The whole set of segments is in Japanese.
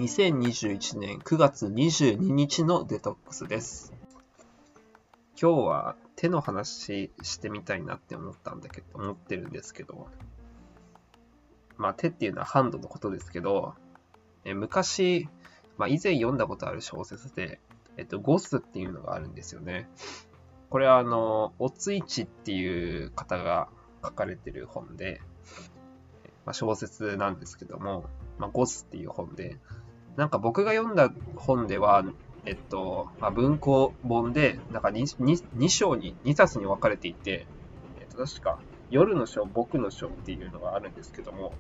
2021年9月22日のデトックスです。今日は手の話してみたいなって思ってるんですけど、手っていうのはハンドのことですけど、昔、以前読んだことある小説で、ゴスっていうのがあるんですよね。これはおついちっていう方が書かれてる本で、小説なんですけども、ゴスっていう本で、僕が読んだ本では、文庫本で、2章に、2冊に分かれていて、確か、夜の章、僕の章っていうのがあるんですけども、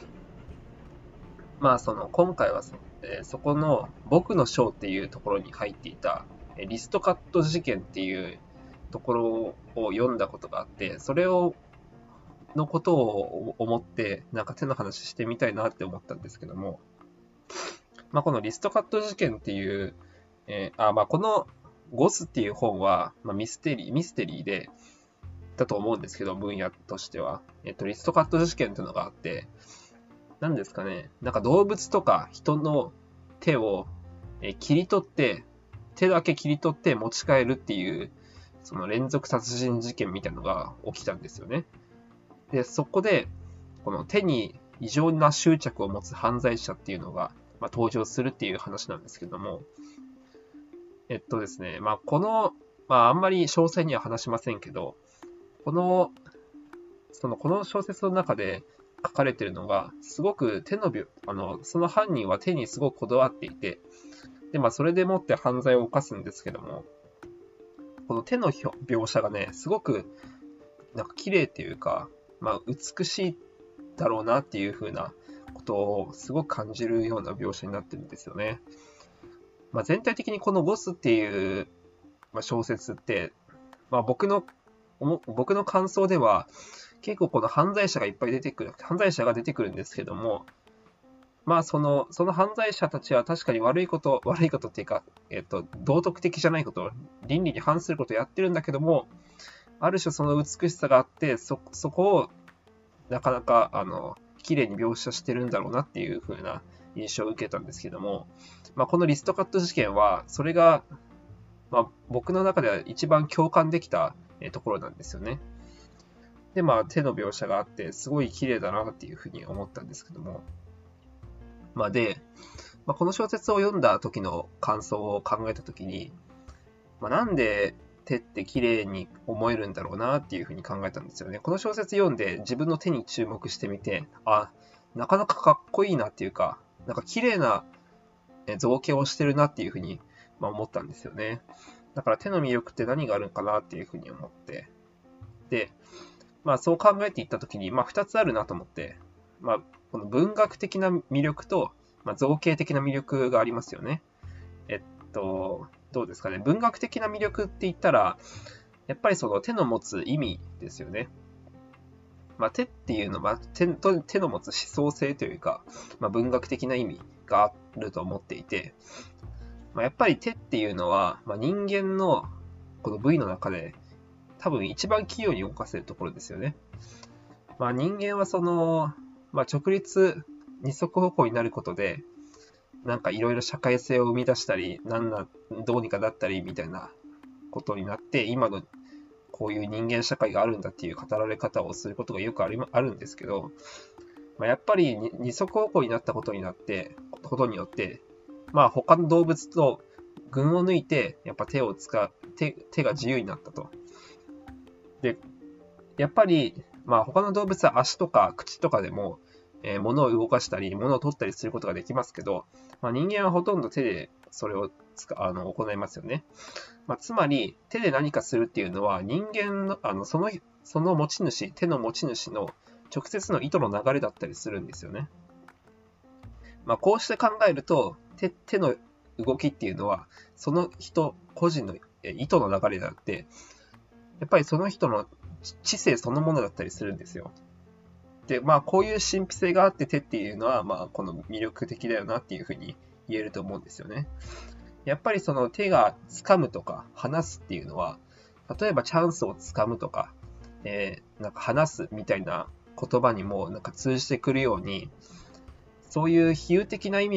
今回はそこの僕の章っていうところに入っていた、リストカット事件っていうところを読んだことがあって、それのことを思って、手の話してみたいなって思ったんですけども、このリストカット事件っていう、このゴスっていう本は、ミステリーで、だと思うんですけど、分野としては。リストカット事件っていうのがあって、何ですかね、動物とか人の手を切り取って、手だけ切り取って持ち帰るっていう、その連続殺人事件みたいなのが起きたんですよね。で、そこで、この手に異常な執着を持つ犯罪者っていうのが、登場するっていう話なんですけども、ですね、この、あんまり詳細には話しませんけど、この小説の中で書かれているのが、すごくその犯人は手にすごくこだわっていて、で、それでもって犯罪を犯すんですけども、この手の描写がね、すごく、綺麗っていうか、美しいだろうなっていう風なことをすごく感じるような描写になってるんですよね。全体的にこのゴスっていう、小説って、僕の感想では、結構この犯罪者が出てくるんですけども、その犯罪者たちは確かに悪いことっていうか、道徳的じゃないこと、倫理に反することをやってるんだけども、ある種その美しさがあって、そこをなかなか、綺麗に描写してるんだろうなっていう風な印象を受けたんですけども、このリストカット事件は、それが、僕の中では一番共感できたところなんですよね。で、手の描写があって、すごい綺麗だなっていう風に思ったんですけども。で、この小説を読んだ時の感想を考えた時に、なんで手って綺麗に思えるんだろうなっていう風に考えたんですよね。この小説読んで自分の手に注目してみて、なかなかかっこいいなっていうか、綺麗な造形をしてるなっていう風に思ったんですよね。だから手の魅力って何があるのかなっていう風に思って。で、そう考えていったときに、二つあるなと思って、この文学的な魅力と、造形的な魅力がありますよね。どうですかね。文学的な魅力って言ったら、やっぱりその手の持つ意味ですよね。手っていうのは、手の持つ思想性というか、文学的な意味があると思っていて、やっぱり手っていうのは、人間のこの部位の中で多分一番器用に動かせるところですよね。人間はその、直立二足歩行になることで、いろいろ社会性を生み出したり、どうにかだったりみたいなことになって、今のこういう人間社会があるんだっていう語られ方をすることがよくあるんですけど、やっぱり二足歩行になったことによって、他の動物と群を抜いて、やっぱ手が自由になったと。で、やっぱり、他の動物は足とか口とかでも、物を動かしたり、物を取ったりすることができますけど、人間はほとんど手でそれを行いますよね。つまり、手で何かするっていうのは、人間の、その手の持ち主の直接の意図の流れだったりするんですよね。こうして考えると、手の動きっていうのは、その人個人の意図の流れであって、やっぱりその人の知性そのものだったりするんですよ。で、こういう神秘性があって手っていうのは、この魅力的だよなっていうふうに言えると思うんですよね。やっぱりその手が掴むとか離すっていうのは、例えばチャンスを掴むとか、話すみたいな言葉にも通じてくるように、そういう比喩的な意味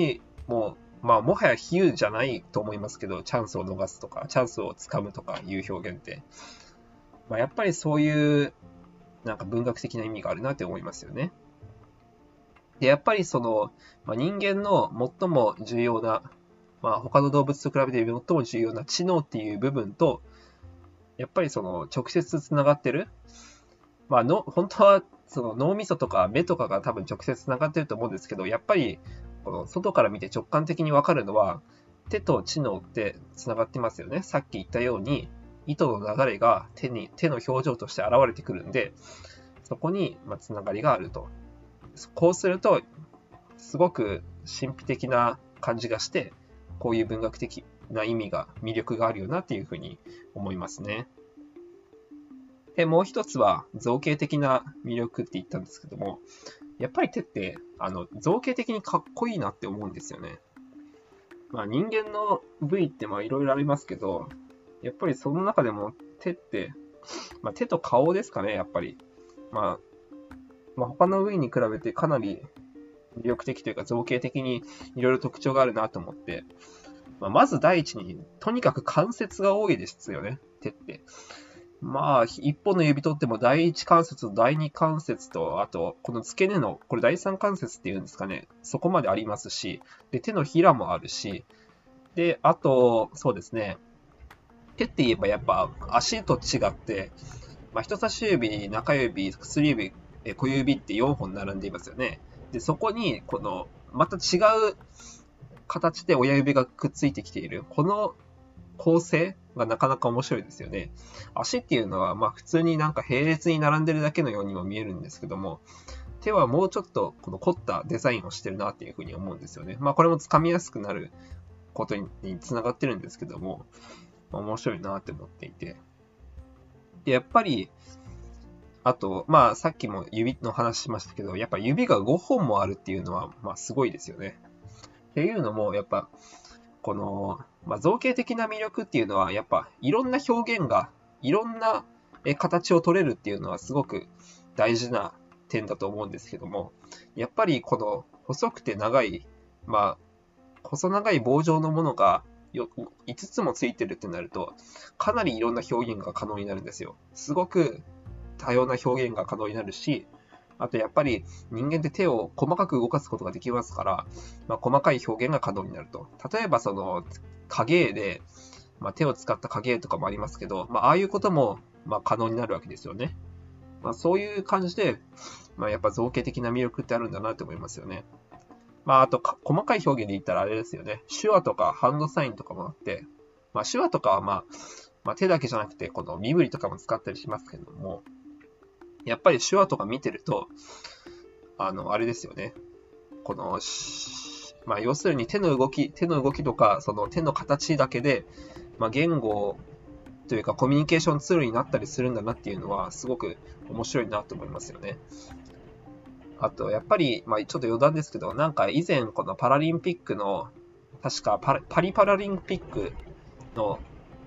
もはや比喩じゃないと思いますけど、チャンスを逃すとか、チャンスをつかむとかいう表現って、やっぱりそういうなんか文学的な意味があるなって思いますよね。で、やっぱりその、人間の最も重要な、他の動物と比べて最も重要な知能っていう部分と、やっぱりその直接つながってる。本当はその脳みそとか目とかが多分直接つながってると思うんですけど、やっぱりこの外から見て直感的にわかるのは、手と知能ってつながってますよね。さっき言ったように、糸の流れが手の表情として現れてくるんで、そこにつながりがあると。こうすると、すごく神秘的な感じがして、こういう文学的な意味が、魅力があるよなっていうふうに思いますね。で、もう一つは造形的な魅力って言ったんですけども、やっぱり手って、造形的にかっこいいなって思うんですよね。人間の部位っていろいろありますけど、やっぱりその中でも手って、手と顔ですかね、やっぱり。他の部位に比べてかなり魅力的というか造形的にいろいろ特徴があるなと思って、まず第一に、とにかく関節が多いですよね、手って。一本の指とっても第一関節と第二関節と、あと、この付け根の、これ第三関節っていうんですかね、そこまでありますし、で、手のひらもあるし、で、あと、そうですね、手って言えばやっぱ足と違って、人差し指、中指、薬指、小指って4本並んでいますよね。で、そこに、この、また違う形で親指がくっついてきている。この構成がなかなか面白いですよね。足っていうのは、普通になんか並列に並んでるだけのようにも見えるんですけども、手はもうちょっとこの凝ったデザインをしてるなっていうふうに思うんですよね。これもつかみやすくなることにつながってるんですけども、面白いなって思っていて。で、やっぱり、あと、さっきも指の話しましたけど、やっぱ指が5本もあるっていうのは、すごいですよね。っていうのも、やっぱ、この、造形的な魅力っていうのは、やっぱ、いろんな表現が、いろんな形を取れるっていうのはすごく大事な点だと思うんですけども、やっぱりこの細くて長い、細長い棒状のものが5つもついてるってなると、かなりいろんな表現が可能になるんですよ。すごく多様な表現が可能になるし、あとやっぱり人間って手を細かく動かすことができますから、細かい表現が可能になると。例えばその影絵で、手を使った影絵とかもありますけど、ああいうことも可能になるわけですよね。そういう感じで、やっぱ造形的な魅力ってあるんだなって思いますよね。あと細かい表現で言ったらあれですよね。手話とかハンドサインとかもあって、手話とかは手だけじゃなくて、この身振りとかも使ったりしますけども、やっぱり手話とか見てると、あれですよね。この、要するに手の動きとか、その手の形だけで、言語というかコミュニケーションツールになったりするんだなっていうのは、すごく面白いなと思いますよね。あと、やっぱり、ちょっと余談ですけど、なんか以前、このパラリンピックの、確かパリパラリンピックの、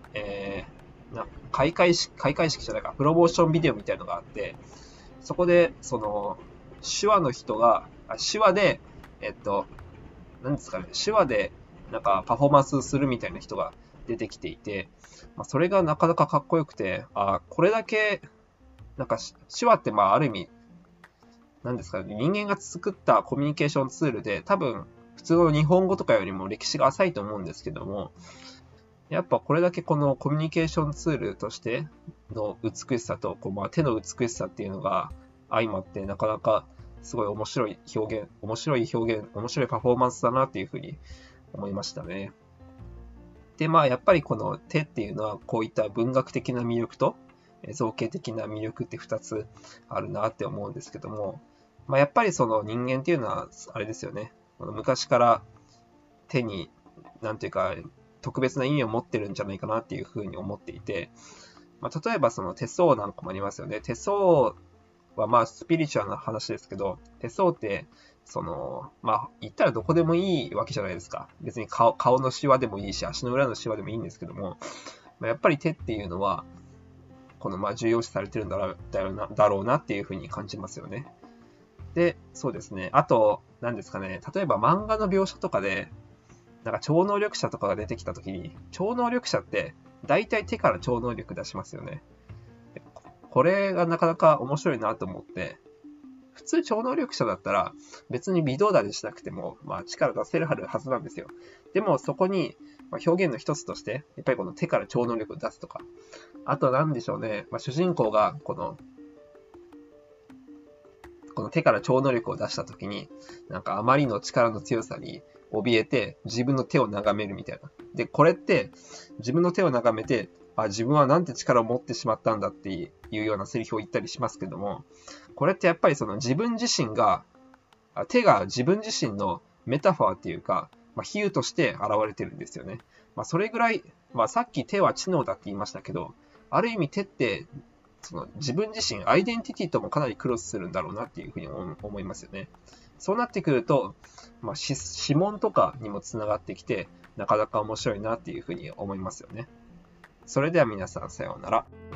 開会式じゃないか、プロモーションビデオみたいなのがあって、そこで、その、手話の人が、手話で、なんですかね、手話で、なんかパフォーマンスするみたいな人が出てきていて、それがなかなかかっこよくて、これだけ、なんか手話ってある意味、なんですかね、人間が作ったコミュニケーションツールで、多分、普通の日本語とかよりも歴史が浅いと思うんですけども、やっぱこれだけこのコミュニケーションツールとしての美しさと、手の美しさっていうのが相まって、なかなかすごい面白いパフォーマンスだなっていうふうに思いましたね。で、やっぱりこの手っていうのは、こういった文学的な魅力と造形的な魅力って2つあるなって思うんですけども、やっぱりその人間っていうのは、あれですよね。昔から手に、なんていうか、特別な意味を持ってるんじゃないかなっていうふうに思っていて、例えばその手相なんかもありますよね。手相はスピリチュアルな話ですけど、手相って、その、言ったらどこでもいいわけじゃないですか。別に顔のシワでもいいし、足の裏のシワでもいいんですけども、やっぱり手っていうのは、この重要視されてるんだろうなっていうふうに感じますよね。で、そうですね。あと、何ですかね。例えば漫画の描写とかで、 なんか超能力者とかが出てきたときに、超能力者って大体手から超能力出しますよね。これがなかなか面白いなと思って、普通超能力者だったら別に微動だにしなくても、力出せるはずなんですよ。でもそこに表現の一つとして、やっぱりこの手から超能力を出すとか、あとなんでしょうね、主人公がこの手から超能力を出したときに、なんかあまりの力の強さに怯えて自分の手を眺めるみたいな。で、これって自分の手を眺めて、自分はなんて力を持ってしまったんだっていうようなセリフを言ったりしますけども、これってやっぱりその自分自身が、手が自分自身のメタファーっていうか、比喩として現れてるんですよね。それぐらい、さっき手は知能だって言いましたけど、ある意味手ってその自分自身、アイデンティティともかなりクロスするんだろうなっていうふうに思いますよね。そうなってくると、指紋とかにもつながってきて、なかなか面白いなっていうふうに思いますよね。それでは皆さん、さようなら。